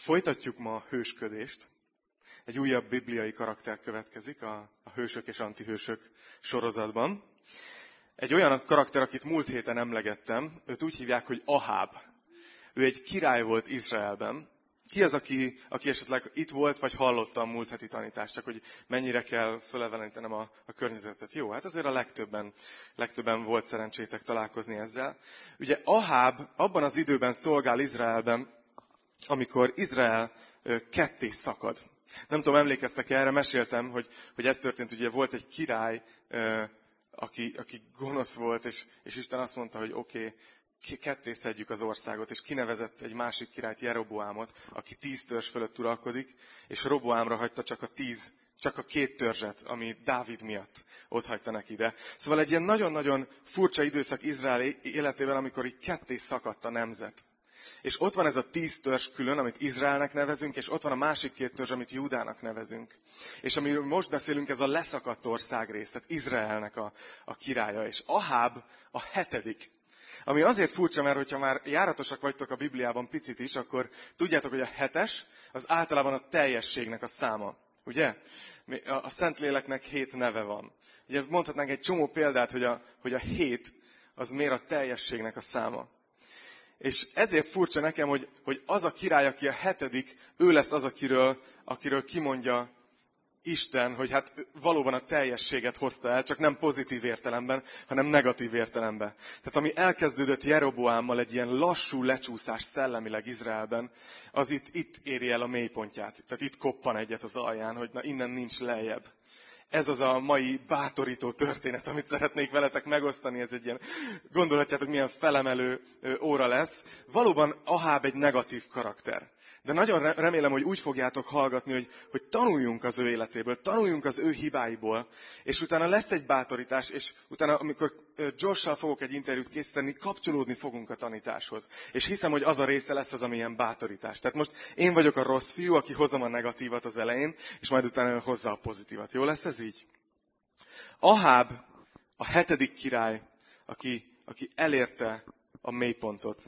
Folytatjuk ma a hősködést. Egy újabb bibliai karakter következik a hősök és antihősök sorozatban. Egy olyan karakter, akit múlt héten emlegettem, őt úgy hívják, hogy Aháb. Ő egy király volt Izraelben. Ki az, aki esetleg itt volt, vagy hallotta a múlt heti tanítást, csak hogy mennyire kell fölelevenítenem a környezetet. Jó, hát azért a legtöbben volt szerencsétek találkozni ezzel. Ugye Aháb abban az időben szolgál Izraelben, amikor Izrael ketté szakad. Nem tudom, emlékeztek erre, meséltem, hogy ez történt, ugye volt egy király, aki gonosz volt, és Isten azt mondta, hogy oké, ketté szedjük az országot, és kinevezett egy másik királyt, Jeroboámot, aki 10 törzs fölött uralkodik, és Roboámra hagyta csak a 2 törzset, ami Dávid miatt ott hagyta neki. De szóval egy ilyen nagyon-nagyon furcsa időszak Izrael életében, amikor így ketté szakadt a nemzet. És ott van ez a 10 törzs külön, amit Izraelnek nevezünk, és ott van a másik 2 törzs, amit Júdának nevezünk. És amiről most beszélünk, ez a leszakadt országrész, tehát Izraelnek a királya. És Aháb a 7. Ami azért furcsa, mert hogyha már járatosak vagytok a Bibliában picit is, akkor tudjátok, hogy a 7 az általában a teljességnek a száma. Ugye? A Szentléleknek 7 neve van. Ugye mondhatnánk egy csomó példát, hogy a 7 az miért a teljességnek a száma. És ezért furcsa nekem, hogy az a király, aki a 7, ő lesz az, akiről kimondja Isten, hogy hát valóban a teljességet hozta el, csak nem pozitív értelemben, hanem negatív értelemben. Tehát ami elkezdődött Jeroboámmal egy ilyen lassú lecsúszás szellemileg Izraelben, az itt éri el a mélypontját. Tehát itt koppan egyet az alján, hogy na innen nincs lejjebb. Ez az a mai bátorító történet, amit szeretnék veletek megosztani. Ez egy ilyen, gondolhatjátok, milyen felemelő óra lesz. Valóban Aháb egy negatív karakter. De nagyon remélem, hogy úgy fogjátok hallgatni, hogy tanuljunk az ő életéből, tanuljunk az ő hibáiból, és utána lesz egy bátorítás, és utána, amikor Josh-sal fogok egy interjút készíteni, kapcsolódni fogunk a tanításhoz. És hiszem, hogy az a része lesz az, ami ilyen bátorítás. Tehát most én vagyok a rossz fiú, aki hozom a negatívat az elején, és majd utána hozza a pozitívat. Jó lesz ez így? Aháb a 7. király, aki elérte a mélypontot.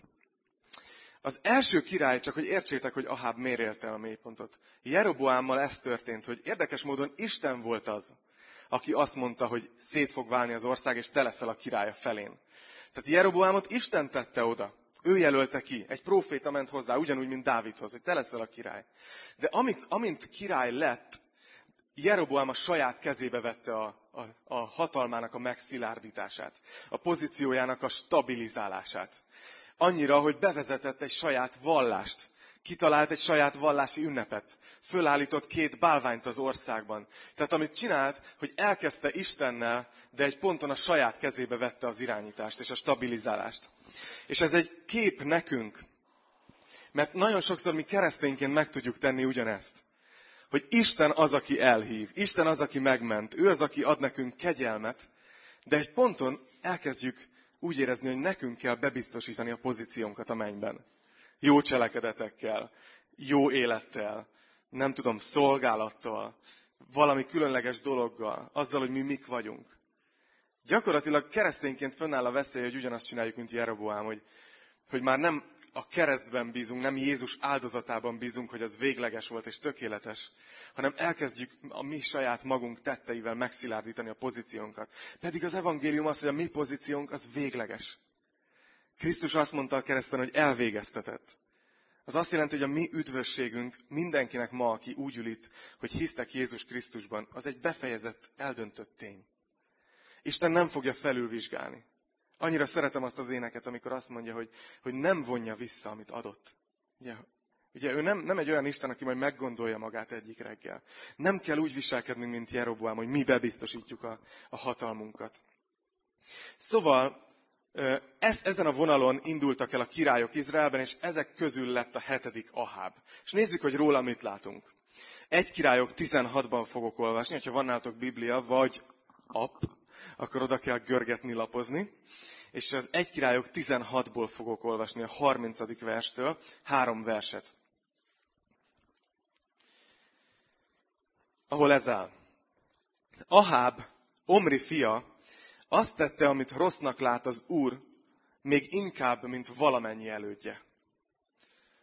Az első király, csak hogy értsétek, hogy Aháb miért érte a mélypontot. Jeroboámmal ez történt, hogy érdekes módon Isten volt az, aki azt mondta, hogy szét fog válni az ország, és te leszel a királya felén. Tehát Jeroboámot Isten tette oda. Ő jelölte ki. Egy próféta ment hozzá, ugyanúgy, mint Dávidhoz, hogy te leszel a király. De amint király lett, Jeroboám a saját kezébe vette a hatalmának a megszilárdítását, a pozíciójának a stabilizálását. Annyira, hogy bevezetett egy saját vallást. Kitalált egy saját vallási ünnepet. Fölállított 2 bálványt az országban. Tehát amit csinált, hogy elkezdte Istennel, de egy ponton a saját kezébe vette az irányítást és a stabilizálást. És ez egy kép nekünk. Mert nagyon sokszor mi keresztényként meg tudjuk tenni ugyanezt. Hogy Isten az, aki elhív. Isten az, aki megment. Ő az, aki ad nekünk kegyelmet. De egy ponton elkezdjük úgy érezni, hogy nekünk kell bebiztosítani a pozíciónkat a mennyben. Jó cselekedetekkel, jó élettel, nem tudom, szolgálattal, valami különleges dologgal, azzal, hogy mi mik vagyunk. Gyakorlatilag keresztényként fönnáll a veszély, hogy ugyanazt csináljuk, mint Jeroboám, hogy már nem a keresztben bízunk, nem Jézus áldozatában bízunk, hogy az végleges volt és tökéletes, hanem elkezdjük a mi saját magunk tetteivel megszilárdítani a pozíciónkat. Pedig az evangélium az, hogy a mi pozíciónk az végleges. Krisztus azt mondta a kereszten, hogy elvégeztetett. Az azt jelenti, hogy a mi üdvösségünk mindenkinek ma, aki úgy ül itt, hogy hisztek Jézus Krisztusban, az egy befejezett, eldöntött tény. Isten nem fogja felülvizsgálni. Annyira szeretem azt az éneket, amikor azt mondja, hogy nem vonja vissza, amit adott. Ugye ő nem egy olyan Isten, aki majd meggondolja magát egyik reggel. Nem kell úgy viselkednünk, mint Jeroboám, hogy mi bebiztosítjuk a hatalmunkat. Szóval ezen a vonalon indultak el a királyok Izraelben, és ezek közül lett a 7. Aháb. És nézzük, hogy róla mit látunk. 1 Királyok 16-ban fogok olvasni, ha van nálatok Biblia, vagy app, akkor oda kell görgetni, lapozni. És az 1 Királyok 16-ból fogok olvasni a 30. verstől 3 verset. Ahol ez áll. Aháb, Omri fia, azt tette, amit rossznak lát az Úr, még inkább, mint valamennyi elődje.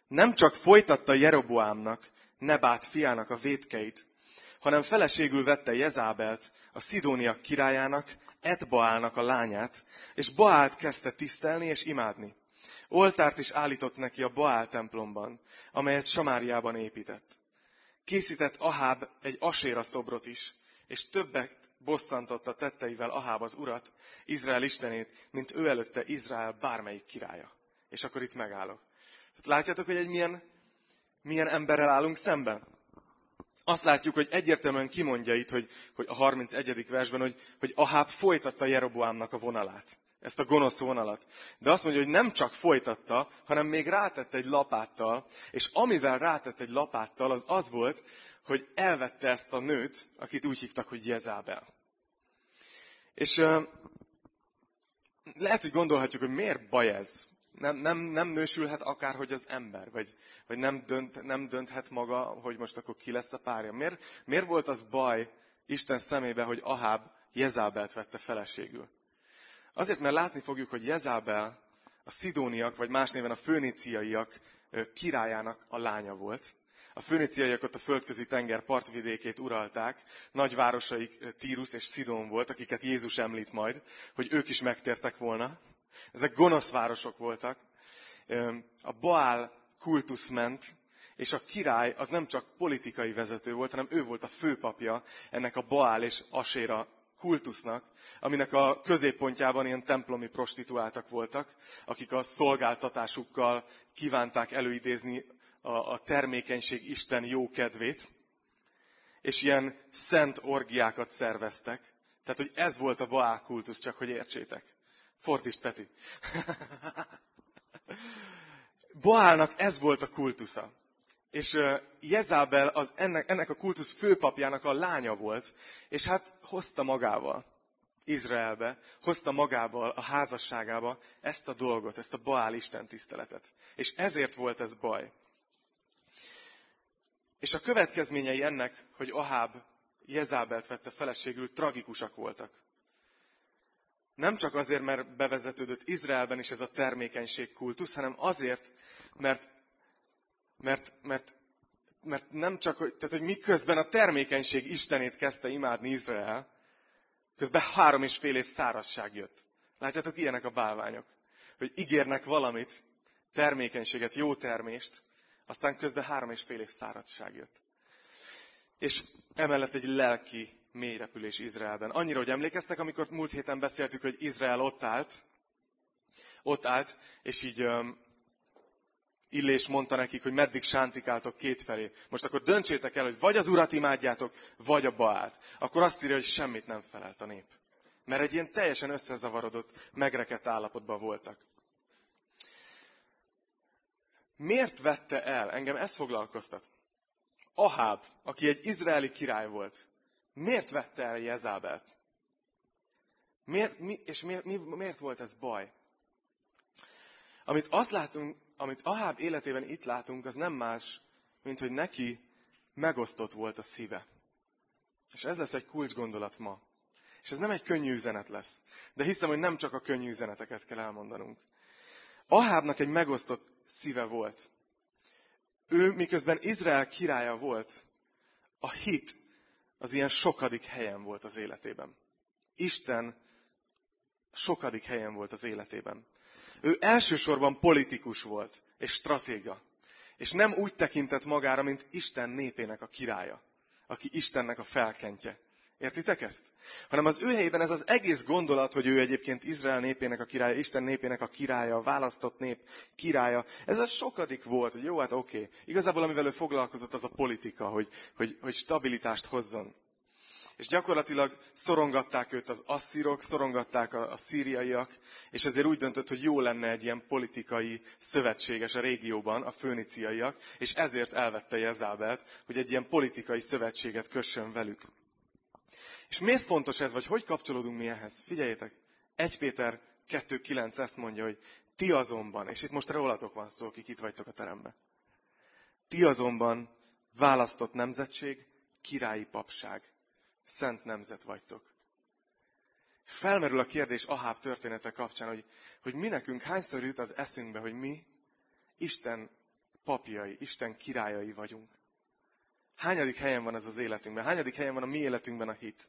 Nem csak folytatta Jeroboámnak, Nebát fiának a vétkeit, hanem feleségül vette Jezábelt, a szidóniak királyának, Etbaálnak a lányát, és Baált kezdte tisztelni és imádni. Oltárt is állított neki a Baál templomban, amelyet Samáriában épített. Készített Aháb egy Aséra szobrot is, és többet bosszantotta tetteivel Aháb az Urat, Izrael istenét, mint ő előtte Izrael bármelyik királya. És akkor itt megállok. Látjátok, hogy egy milyen emberrel állunk szemben? Azt látjuk, hogy egyértelműen kimondja itt, hogy a 31. versben, hogy Aháb folytatta Jeroboámnak a vonalát. Ezt a gonosz vonalat. De azt mondja, hogy nem csak folytatta, hanem még rátett egy lapáttal, és amivel rátett egy lapáttal, az volt, hogy elvette ezt a nőt, akit úgy hívtak, hogy Jezábel. És lehet, hogy gondolhatjuk, hogy miért baj ez? Nem nősülhet akárhogy az ember, vagy nem dönthet maga, hogy most akkor ki lesz a párja. Miért volt az baj Isten szemébe, hogy Aháb Jezábelt vette feleségül? Azért, mert látni fogjuk, hogy Jezábel a szidóniak, vagy más néven a föníciaiak királyának a lánya volt. A föníciaiak ott a földközi tenger partvidékét uralták, nagyvárosaik Tírus és Szidón volt, akiket Jézus említ majd, hogy ők is megtértek volna. Ezek gonosz városok voltak. A Baál kultusz ment, és a király az nem csak politikai vezető volt, hanem ő volt a főpapja ennek a Baál és Aséra kultusznak, aminek a középpontjában ilyen templomi prostituáltak voltak, akik a szolgáltatásukkal kívánták előidézni a termékenység Isten jó kedvét, és ilyen szent orgiákat szerveztek. Tehát, hogy ez volt a Baál kultusz, csak hogy értsétek. Fordítsd, Peti. Baálnak ez volt a kultusza. És Jezábel az ennek a kultusz főpapjának a lánya volt, és hát hozta magával Izraelbe, hozta magával a házasságába ezt a dolgot, ezt a Baál istentiszteletet. És ezért volt ez baj. És a következményei ennek, hogy Aháb Jezábelt vette feleségül, tragikusak voltak. Nem csak azért, mert bevezetődött Izraelben is ez a termékenység kultusz, hanem azért, mert nem csak, tehát, hogy miközben a termékenység istenét kezdte imádni Izrael, közben 3,5 év szárazság jött. Látjátok, ilyenek a bálványok. Hogy ígérnek valamit, termékenységet, jó termést, aztán közben 3,5 év szárazság jött. És emellett egy lelki mélyrepülés Izraelben. Annyira, hogy emlékeztek, amikor múlt héten beszéltük, hogy Izrael ott állt, és így Illés mondta nekik, hogy meddig sántikáltok kétfelé. Most akkor döntsétek el, hogy vagy az Urat imádjátok, vagy a Baált. Akkor azt írja, hogy semmit nem felelt a nép. Mert egy ilyen teljesen összezavarodott, megrekedt állapotban voltak. Miért vette el? Engem ez foglalkoztat. Aháb, aki egy izraeli király volt, miért vette el Jezábelt? Miért volt ez baj? Amit Aháb életében itt látunk, az nem más, mint hogy neki megosztott volt a szíve. És ez lesz egy kulcsgondolat ma. És ez nem egy könnyű üzenet lesz. De hiszem, hogy nem csak a könnyű üzeneteket kell elmondanunk. Ahábnak egy megosztott szíve volt. Ő miközben Izrael királya volt, a hit az ilyen sokadik helyen volt az életében. Isten sokadik helyen volt az életében. Ő elsősorban politikus volt, és stratéga. És nem úgy tekintett magára, mint Isten népének a királya, aki Istennek a felkentje. Értitek ezt? Hanem az ő helyében ez az egész gondolat, hogy ő egyébként Izrael népének a királya, Isten népének a királya, a választott nép királya, ez a sokadik volt, hogy jó, hát oké. Igazából amivel ő foglalkozott, az a politika, hogy stabilitást hozzon. És gyakorlatilag szorongatták őt az asszírok, szorongatták a szíriaiak, és ezért úgy döntött, hogy jó lenne egy ilyen politikai szövetséges a régióban, a föníciaiak, és ezért elvette Jezábelt, hogy egy ilyen politikai szövetséget kössön velük. És miért fontos ez, vagy hogy kapcsolódunk mi ehhez? Figyeljétek, 1 Péter 2.9 ezt mondja, hogy ti azonban, és itt most rólatok van szó, akik itt vagytok a teremben. Ti azonban választott nemzetség, királyi papság, szent nemzet vagytok. Felmerül a kérdés Aháb története kapcsán, hogy mi nekünk hányszor jut az eszünkbe, hogy mi Isten papjai, Isten királyai vagyunk. Hányadik helyen van ez az életünkben? Hányadik helyen van a mi életünkben a hit?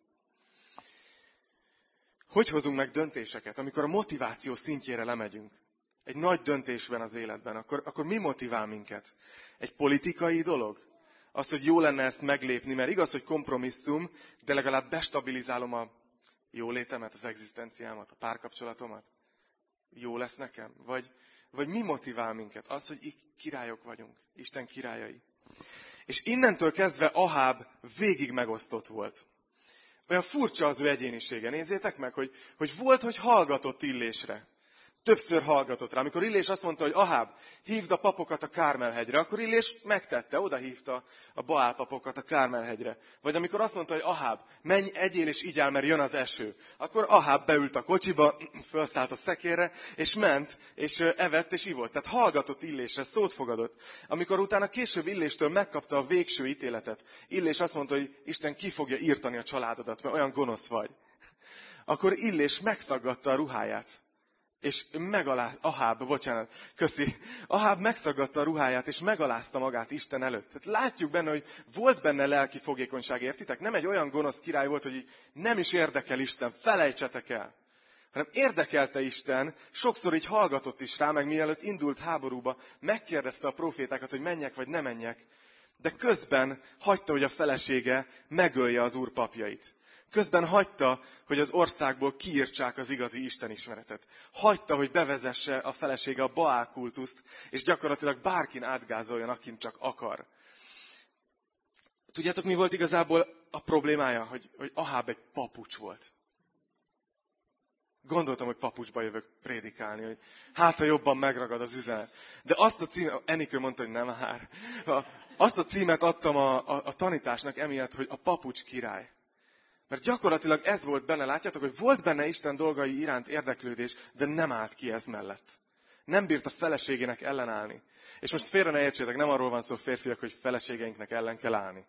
Hogy hozunk meg döntéseket, amikor a motiváció szintjére lemegyünk? Egy nagy döntésben az életben, akkor mi motivál minket? Egy politikai dolog? Az, hogy jó lenne ezt meglépni, mert igaz, hogy kompromisszum, de legalább destabilizálom a jólétemet, az egzisztenciámat, a párkapcsolatomat. Jó lesz nekem? Vagy mi motivál minket? Az, hogy királyok vagyunk, Isten királyai. És innentől kezdve Aháb végig megosztott volt. Olyan furcsa az ő egyénisége. Nézzétek meg, hogy volt, hogy hallgatott Illésre. Többször hallgatott rá. Amikor Illés azt mondta, hogy Aháb, hívd a papokat a Kármelhegyre, akkor Illés megtette, oda hívta a Baál papokat a Kármelhegyre. Vagy amikor azt mondta, hogy Aháb, menj, egyél és igyál, mert jön az eső. Akkor Aháb beült a kocsiba, felszállt a szekérre, és ment, és evett és ivott. Tehát hallgatott Illésre, szót fogadott. Amikor utána később Illéstől megkapta a végső ítéletet, Illés azt mondta, hogy Isten ki fogja írtani a családodat, mert olyan gonosz vagy. Akkor Illés megszaggatta a ruháját. És Aháb megszaggatta a ruháját, és megalázta magát Isten előtt. Tehát látjuk benne, hogy volt benne lelki fogékonyság, értitek? Nem egy olyan gonosz király volt, hogy nem is érdekel Isten, felejtsetek el. Hanem érdekelte Isten, sokszor így hallgatott is rá, meg mielőtt indult háborúba, megkérdezte a profétákat, hogy menjek vagy ne menjek. De közben hagyta, hogy a felesége megölje az Úr papjait. Közben hagyta, hogy az országból kiírtsák az igazi istenismeretet. Hagyta, hogy bevezesse a felesége a Baál kultuszt, és gyakorlatilag bárkin átgázoljon, akin csak akar. Tudjátok, mi volt igazából a problémája? Hogy Aháb egy papucs volt. Gondoltam, hogy papucsba jövök prédikálni, hogy hát, ha jobban megragad az üzenet. De azt a címet, Enikő mondta, hogy nem már. Azt a címet adtam a tanításnak emiatt, hogy a papucs király. Mert gyakorlatilag ez volt benne, látjátok, hogy volt benne Isten dolgai iránt érdeklődés, de nem állt ki ez mellett. Nem bírt a feleségének ellenállni. És most félre ne értsétek, nem arról van szó, férfiak, hogy feleségeinknek ellen kell állni.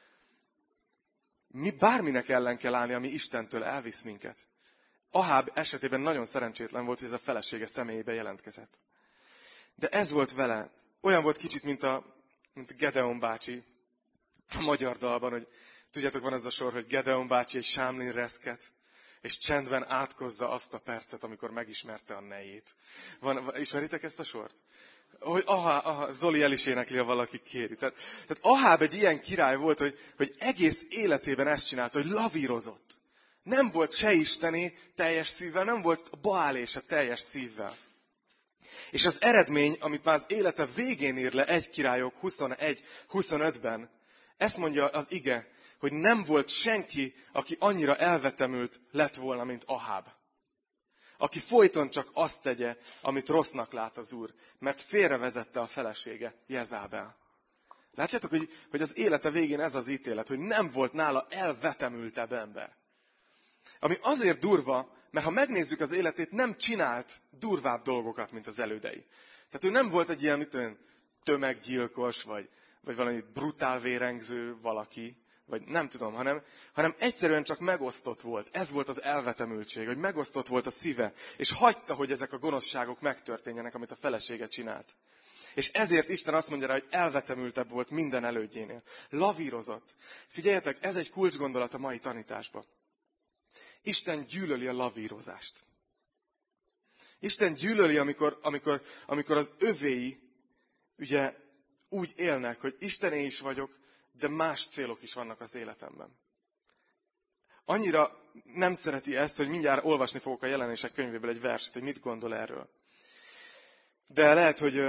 Mi bárminek ellen kell állni, ami Istentől elvisz minket. Aháb esetében nagyon szerencsétlen volt, hogy ez a felesége személyébe jelentkezett. De ez volt vele. Olyan volt kicsit, mint Gedeon bácsi a magyar dalban, hogy tudjátok, van ez a sor, hogy Gedeon bácsi egy sámlin reszket, és csendben átkozza azt a percet, amikor megismerte a nejét. Ismeritek ezt a sort? Hogy Zoli el is énekli, ha valaki kéri. Tehát Aháb egy ilyen király volt, hogy egész életében ezt csinálta, hogy lavírozott. Nem volt se isteni teljes szívvel, nem volt Baálé se teljes szívvel. És az eredmény, amit már az élete végén ír le 1 Királyok 21-25-ben, ezt mondja az ige, hogy nem volt senki, aki annyira elvetemült lett volna, mint Aháb. Aki folyton csak azt tegye, amit rossznak lát az Úr, mert félrevezette a felesége, Jezábel. Látjátok, hogy az élete végén ez az ítélet, hogy nem volt nála elvetemültebb ember. Ami azért durva, mert ha megnézzük az életét, nem csinált durvább dolgokat, mint az elődei. Tehát ő nem volt egy ilyen tömeggyilkos, vagy valami brutál vérengző valaki, vagy nem tudom, hanem egyszerűen csak megosztott volt. Ez volt az elvetemültség, hogy megosztott volt a szíve, és hagyta, hogy ezek a gonoszságok megtörténjenek, amit a felesége csinált. És ezért Isten azt mondja rá, hogy elvetemültebb volt minden elődjénél. Lavírozott. Figyeljetek, ez egy kulcsgondolat a mai tanításban. Isten gyűlöli a lavírozást. Isten gyűlöli, amikor az övéi ugye úgy élnek, hogy Istené is vagyok, de más célok is vannak az életemben. Annyira nem szereti ezt, hogy mindjárt olvasni fogok a Jelenések könyvéből egy verset, hogy mit gondol erről. De lehet, hogy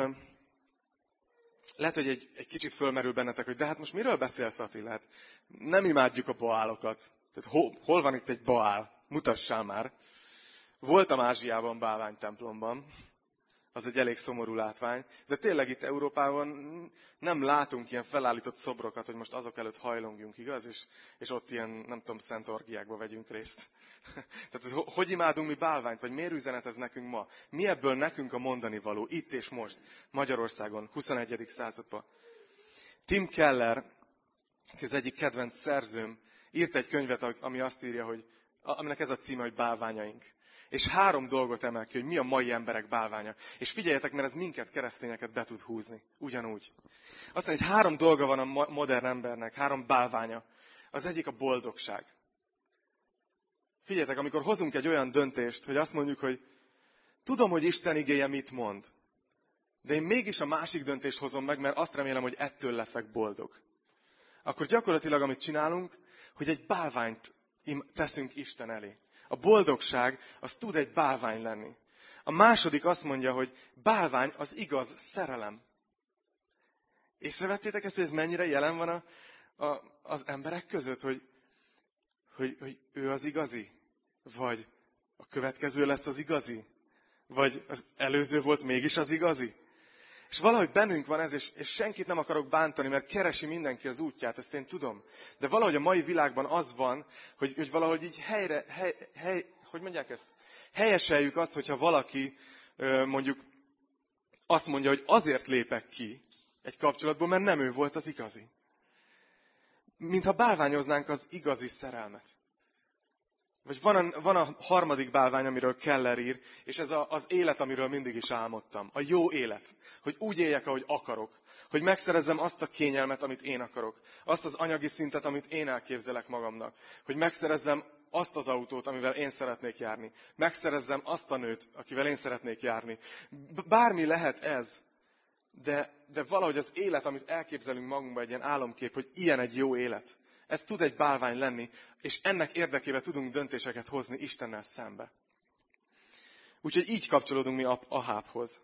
egy kicsit fölmerül bennetek, hogy de hát most miről beszélsz, Attila? Hát nem imádjuk a Baálokat. Tehát hol van itt egy Baál? Mutassál már. Voltam Ázsiában, bálványtemplomban. Az egy elég szomorú látvány. De tényleg itt Európában nem látunk ilyen felállított szobrokat, hogy most azok előtt hajlongjunk, igaz? És ott ilyen, nem tudom, szent orgiákba vegyünk részt. Tehát hogy imádunk mi bálványt, vagy miért üzenet ez nekünk ma? Mi ebből nekünk a mondani való, itt és most, Magyarországon, 21. században? Tim Keller, az egyik kedvenc szerzőm, írt egy könyvet, ami azt írja, aminek ez a címe, hogy Bálványaink. És 3 dolgot emel ki, hogy mi a mai emberek bálványa. És figyeljetek, mert ez minket, keresztényeket be tud húzni. Ugyanúgy. Azt mondja, hogy 3 dolga van a modern embernek, 3 bálványa. Az egyik a boldogság. Figyeljetek, amikor hozunk egy olyan döntést, hogy azt mondjuk, hogy tudom, hogy Isten igéje mit mond, de én mégis a másik döntést hozom meg, mert azt remélem, hogy ettől leszek boldog. Akkor gyakorlatilag, amit csinálunk, hogy egy bálványt teszünk Isten elé. A boldogság, az tud egy bálvány lenni. A második azt mondja, hogy bálvány az igaz szerelem. Észrevettétek ezt, hogy ez mennyire jelen van az emberek között, hogy ő az igazi? Vagy a következő lesz az igazi? Vagy az előző volt mégis az igazi? És valahogy bennünk van ez, és senkit nem akarok bántani, mert keresi mindenki az útját, ezt én tudom. De valahogy a mai világban az van, hogy valahogy így hogy mondják ezt? Helyeseljük azt, hogyha valaki mondjuk azt mondja, hogy azért lépek ki egy kapcsolatból, mert nem ő volt az igazi. Mintha bálványoznánk az igazi szerelmet. Vagy van a harmadik bálvány, amiről Keller ír, és ez az élet, amiről mindig is álmodtam. A jó élet. Hogy úgy éljek, ahogy akarok. Hogy megszerezzem azt a kényelmet, amit én akarok. Azt az anyagi szintet, amit én elképzelek magamnak. Hogy megszerezzem azt az autót, amivel én szeretnék járni. Megszerezzem azt a nőt, akivel én szeretnék járni. Bármi lehet ez, de valahogy az élet, amit elképzelünk magunkba, egy ilyen álomkép, hogy ilyen egy jó élet. Ez tud egy bálvány lenni, és ennek érdekében tudunk döntéseket hozni Istennel szembe. Úgyhogy így kapcsolódunk mi Ahábhoz.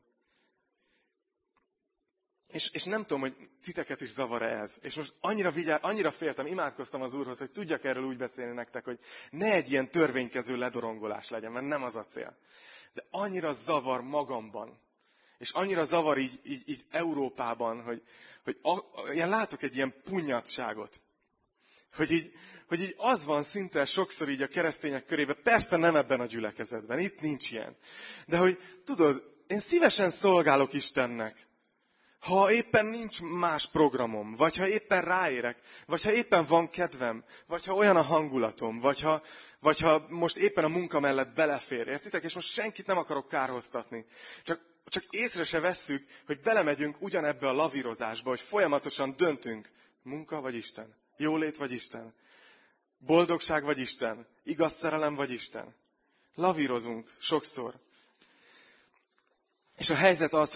És nem tudom, hogy titeket is zavar-e ez. És most annyira féltem, imádkoztam az Úrhoz, hogy tudjak erről úgy beszélni nektek, hogy ne egy ilyen törvénykező ledorongolás legyen, mert nem az a cél. De annyira zavar magamban, és annyira zavar így Európában, hogy én látok egy ilyen punnyadságot. Hogy így az van szinte sokszor így a keresztények körében, persze nem ebben a gyülekezetben, itt nincs ilyen. De hogy tudod, én szívesen szolgálok Istennek. Ha éppen nincs más programom, vagy ha éppen ráérek, vagy ha éppen van kedvem, vagy ha olyan a hangulatom, vagy ha most éppen a munka mellett belefér, értitek? És most senkit nem akarok kárhoztatni. Csak észre se vesszük, hogy belemegyünk ugyanebbe a lavírozásba, hogy folyamatosan döntünk. Munka vagy Isten? Jólét vagy Isten? Boldogság vagy Isten? Igaz szerelem vagy Isten? Lavírozunk sokszor. És a helyzet az,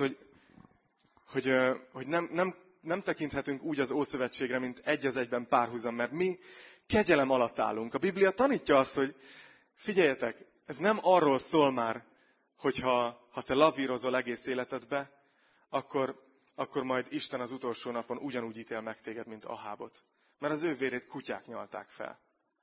hogy nem tekinthetünk úgy az Ószövetségre, mint egy az egyben párhuzam, mert mi kegyelem alatt állunk. A Biblia tanítja azt, hogy figyeljetek, ez nem arról szól már, hogyha te lavírozol egész életedbe, akkor majd Isten az utolsó napon ugyanúgy ítél meg téged, mint Ahábot. Mert az ő vérét kutyák nyalták fel.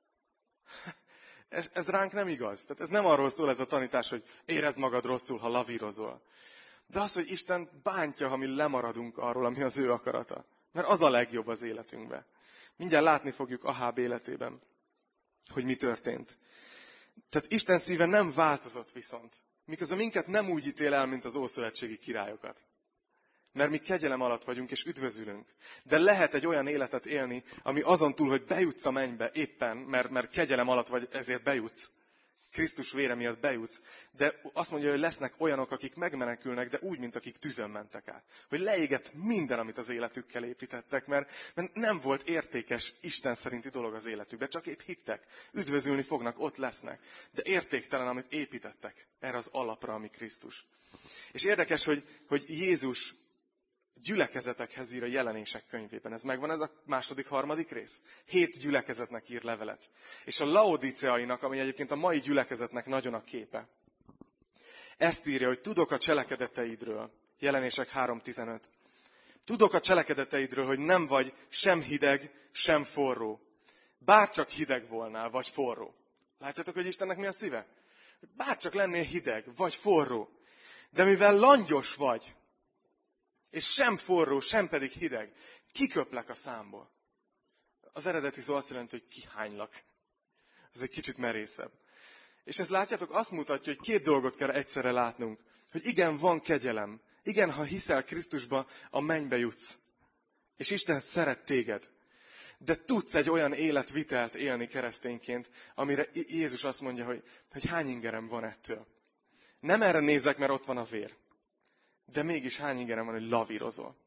Ez ránk nem igaz. Tehát ez nem arról szól ez a tanítás, hogy érezd magad rosszul, ha lavírozol. De az, hogy Isten bántja, ha mi lemaradunk arról, ami az ő akarata. Mert az a legjobb az életünkben. Mindjárt látni fogjuk Aháb életében, hogy mi történt. Tehát Isten szíve nem változott viszont. Miközben minket nem úgy ítél el, mint az ószövetségi királyokat. Mert mi kegyelem alatt vagyunk, és üdvözülünk. De lehet egy olyan életet élni, ami azon túl, hogy bejutsz a mennybe éppen, mert kegyelem alatt vagy, ezért bejutsz. Krisztus vére miatt bejutsz. De azt mondja, hogy lesznek olyanok, akik megmenekülnek, de úgy, mint akik tüzön mentek át. Hogy leégett minden, amit az életükkel építettek, mert nem volt értékes Isten szerinti dolog az életükben. Csak épp hittek. Üdvözülni fognak, ott lesznek. De értéktelen, amit építettek erre az alapra, ami Krisztus. És érdekes, hogy Jézus gyülekezetekhez ír a Jelenések könyvében. Ez megvan, ez a második, harmadik rész? 7 gyülekezetnek ír levelet. És a laodiceainak, ami egyébként a mai gyülekezetnek nagyon a képe. Ezt írja, hogy tudok a cselekedeteidről. Jelenések 3.15. Tudok a cselekedeteidről, hogy nem vagy sem hideg, sem forró. Bárcsak hideg volnál, vagy forró. Látjátok, hogy Istennek mi a szíve? Bárcsak lennél hideg, vagy forró. De mivel langyos vagy, és sem forró, sem pedig hideg, kiköplek a számból. Az eredeti szó azt jelenti, hogy kihánylak. Ez egy kicsit merészebb. És ezt látjátok, azt mutatja, hogy 2 dolgot kell egyszerre látnunk. Hogy igen, van kegyelem. Igen, ha hiszel Krisztusba, a mennybe jutsz. És Isten szeret téged. de tudsz egy olyan életvitelt élni keresztényként, amire Jézus azt mondja, hogy hány ingerem van ettől. Nem erre nézek, mert ott van a vér. De mégis hány ingerem van, hogy lavírozol.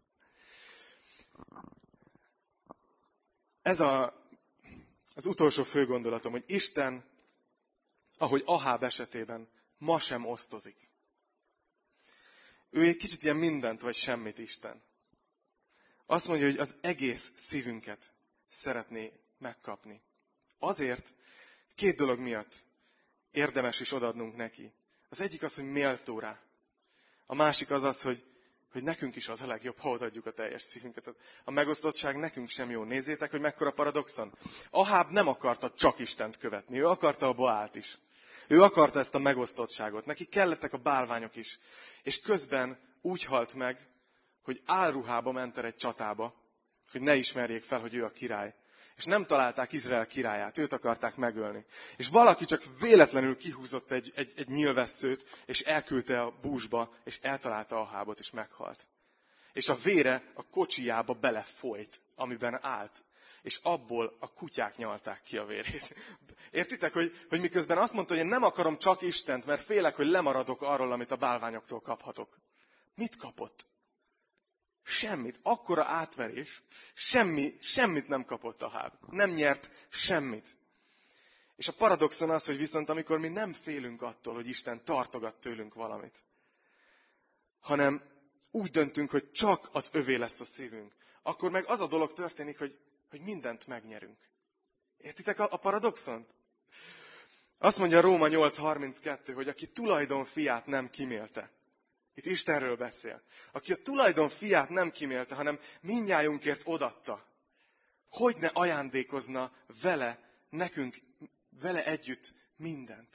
Ez az utolsó fő gondolatom, hogy Isten, ahogy Aháb esetében, ma sem osztozik. Ő egy kicsit ilyen mindent vagy semmit Isten. Azt mondja, hogy az egész szívünket szeretné megkapni. Azért 2 dolog miatt érdemes is odaadnunk neki. Az egyik az, hogy méltó rá. A másik az, hogy nekünk is az a legjobb, ha odaadjuk a teljes szívünket. A megosztottság nekünk sem jó. Nézzétek, hogy mekkora paradoxon. Aháb nem akarta csak Istent követni, ő akarta a Baált is. Ő akarta ezt a megosztottságot. Neki kellettek a bálványok is. És közben úgy halt meg, hogy álruhába ment el egy csatába, hogy ne ismerjék fel, hogy ő a király. És nem találták Izrael királyát, őt akarták megölni. És valaki csak véletlenül kihúzott egy nyílvesszőt, és elküldte a búzsba, és eltalálta Ahábot, és meghalt. És a vére a kocsijába belefolyt, amiben állt. És abból a kutyák nyalták ki a vérét. Értitek, hogy miközben azt mondta, hogy én nem akarom csak Istent, mert félek, hogy lemaradok arról, amit a bálványoktól kaphatok. Mit kapott? Semmit. Akkora átverés. Semmit nem kapott Aháb. Nem nyert semmit. És a paradoxon az, hogy viszont amikor mi nem félünk attól, hogy Isten tartogat tőlünk valamit, hanem úgy döntünk, hogy csak az övé lesz a szívünk, akkor meg az a dolog történik, hogy mindent megnyerünk. Értitek a paradoxont? Azt mondja Róma 8:32, hogy aki tulajdon fiát nem kímélte. Itt Istenről beszél. Aki a tulajdon fiát nem kímélte, hanem mindnyájunkért odatta. Hogy ne ajándékozna nekünk vele együtt mindent.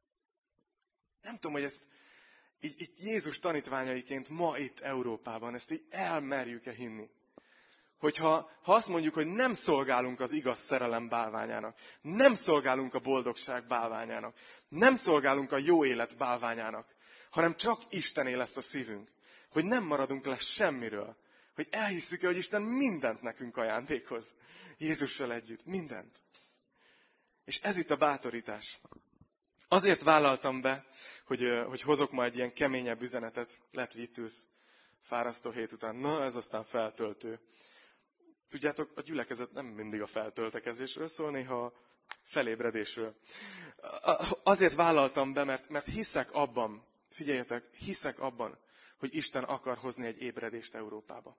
Nem tudom, hogy ezt így Jézus tanítványaiként ma itt Európában ezt így elmerjük-e hinni. Hogyha azt mondjuk, hogy nem szolgálunk az igaz szerelem bálványának, nem szolgálunk a boldogság bálványának, nem szolgálunk a jó élet bálványának, hanem csak Istené lesz a szívünk, hogy nem maradunk le semmiről, hogy elhisszük, hogy Isten mindent nekünk ajándékoz, Jézussal együtt, mindent. És ez itt a bátorítás. Azért vállaltam be, hogy hozok ma egy ilyen keményebb üzenetet, lehet, hogy itt ülsz fárasztó hét után, na ez aztán feltöltő. Tudjátok, a gyülekezet nem mindig a feltöltekezésről szól, néha a felébredésről. Azért vállaltam be, mert hiszek abban, figyeljetek, hiszek abban, hogy Isten akar hozni egy ébredést Európába.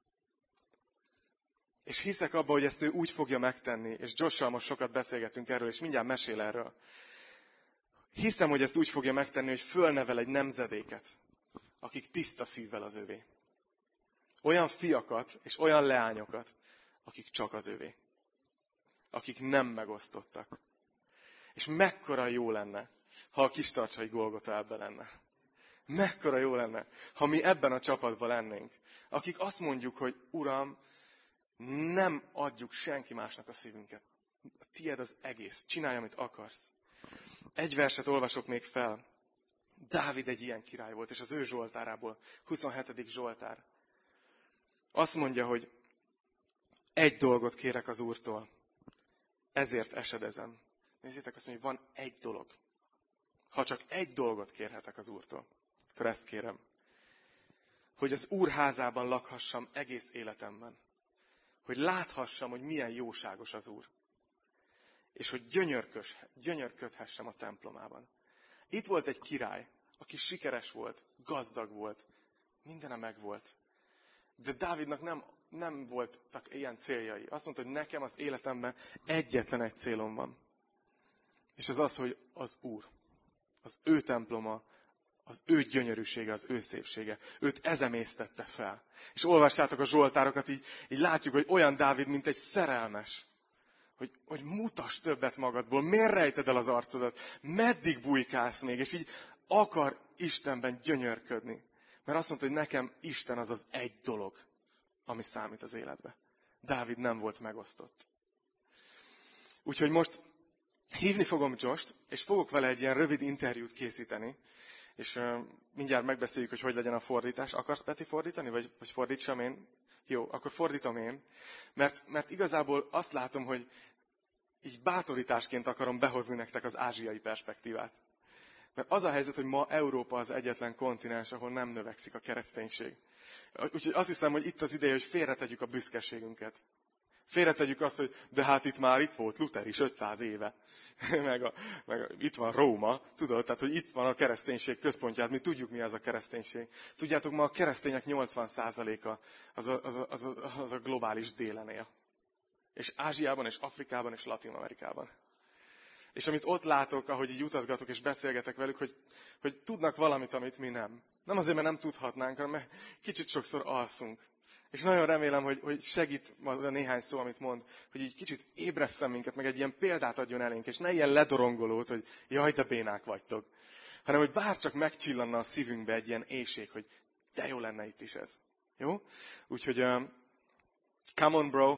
És hiszek abban, hogy ezt ő úgy fogja megtenni, és Josh-sal most sokat beszélgettünk erről, és mindjárt mesél erről. Hiszem, hogy ezt úgy fogja megtenni, hogy fölnevel egy nemzedéket, akik tiszta szívvel az övé. Olyan fiakat és olyan leányokat, akik csak az övé. Akik nem megosztottak. És mekkora jó lenne, ha a Kistarcsai Golgota ebben lenne. Mekkora jó lenne, ha mi ebben a csapatban lennénk. Akik azt mondjuk, hogy Uram, nem adjuk senki másnak a szívünket. Tied az egész. Csinálj, amit akarsz. Egy verset olvasok még fel. Dávid egy ilyen király volt, és az ő zsoltárából, 27. zsoltár. Azt mondja, hogy egy dolgot kérek az Úrtól, ezért esedezem. Nézzétek, azt mondja, hogy van egy dolog. Ha csak egy dolgot kérhetek az Úrtól, akkor ezt kérem. Hogy az Úr házában lakhassam egész életemben. Hogy láthassam, hogy milyen jóságos az Úr. És hogy gyönyörködhessem a templomában. Itt volt egy király, aki sikeres volt, gazdag volt, mindene megvolt. De Dávidnak nem voltak ilyen céljai. Azt mondta, hogy nekem az életemben egyetlen egy célom van. És az, hogy az Úr, az ő temploma, az ő gyönyörűsége, az ő szépsége. Őt ez emésztette fel. És olvassátok a zsoltárokat, így látjuk, hogy olyan Dávid, mint egy szerelmes. Hogy mutass többet magadból, miért rejted el az arcodat, meddig bujkálsz még, és így akar Istenben gyönyörködni. Mert azt mondta, hogy nekem Isten az az egy dolog, ami számít az életbe. Dávid nem volt megosztott. Úgyhogy most hívni fogom Jost, és fogok vele egy ilyen rövid interjút készíteni. És mindjárt megbeszéljük, hogy legyen a fordítás. Akarsz, Peti, fordítani? Vagy fordítsam én? Jó, akkor fordítom én. Mert igazából azt látom, hogy így bátorításként akarom behozni nektek az ázsiai perspektívát. Mert az a helyzet, hogy ma Európa az egyetlen kontinens, ahol nem növekszik a kereszténység. Úgyhogy azt hiszem, hogy itt az ideje, hogy félretegyük a büszkeségünket. Félretegyük azt, hogy de hát itt volt Luther is 500 éve. meg itt van Róma, tudod, tehát hogy itt van a kereszténység központja, hát mi tudjuk, mi az a kereszténység. Tudjátok, ma a keresztények 80%-a az a globális délen él. És Ázsiában, és Afrikában, és Latin-Amerikában. És amit ott látok, ahogy így utazgatok és beszélgetek velük, hogy tudnak valamit, amit mi nem. Nem azért, mert nem tudhatnánk, hanem mert kicsit sokszor alszunk. És nagyon remélem, hogy segít az a néhány szó, amit mond, hogy így kicsit ébresszen minket, meg egy ilyen példát adjon elénk, és ne ilyen ledorongolót, hogy jaj, de bénák vagytok. Hanem, hogy bárcsak megcsillanna a szívünkbe egy ilyen éjség, hogy de jó lenne itt is ez. Jó? Úgyhogy come on bro,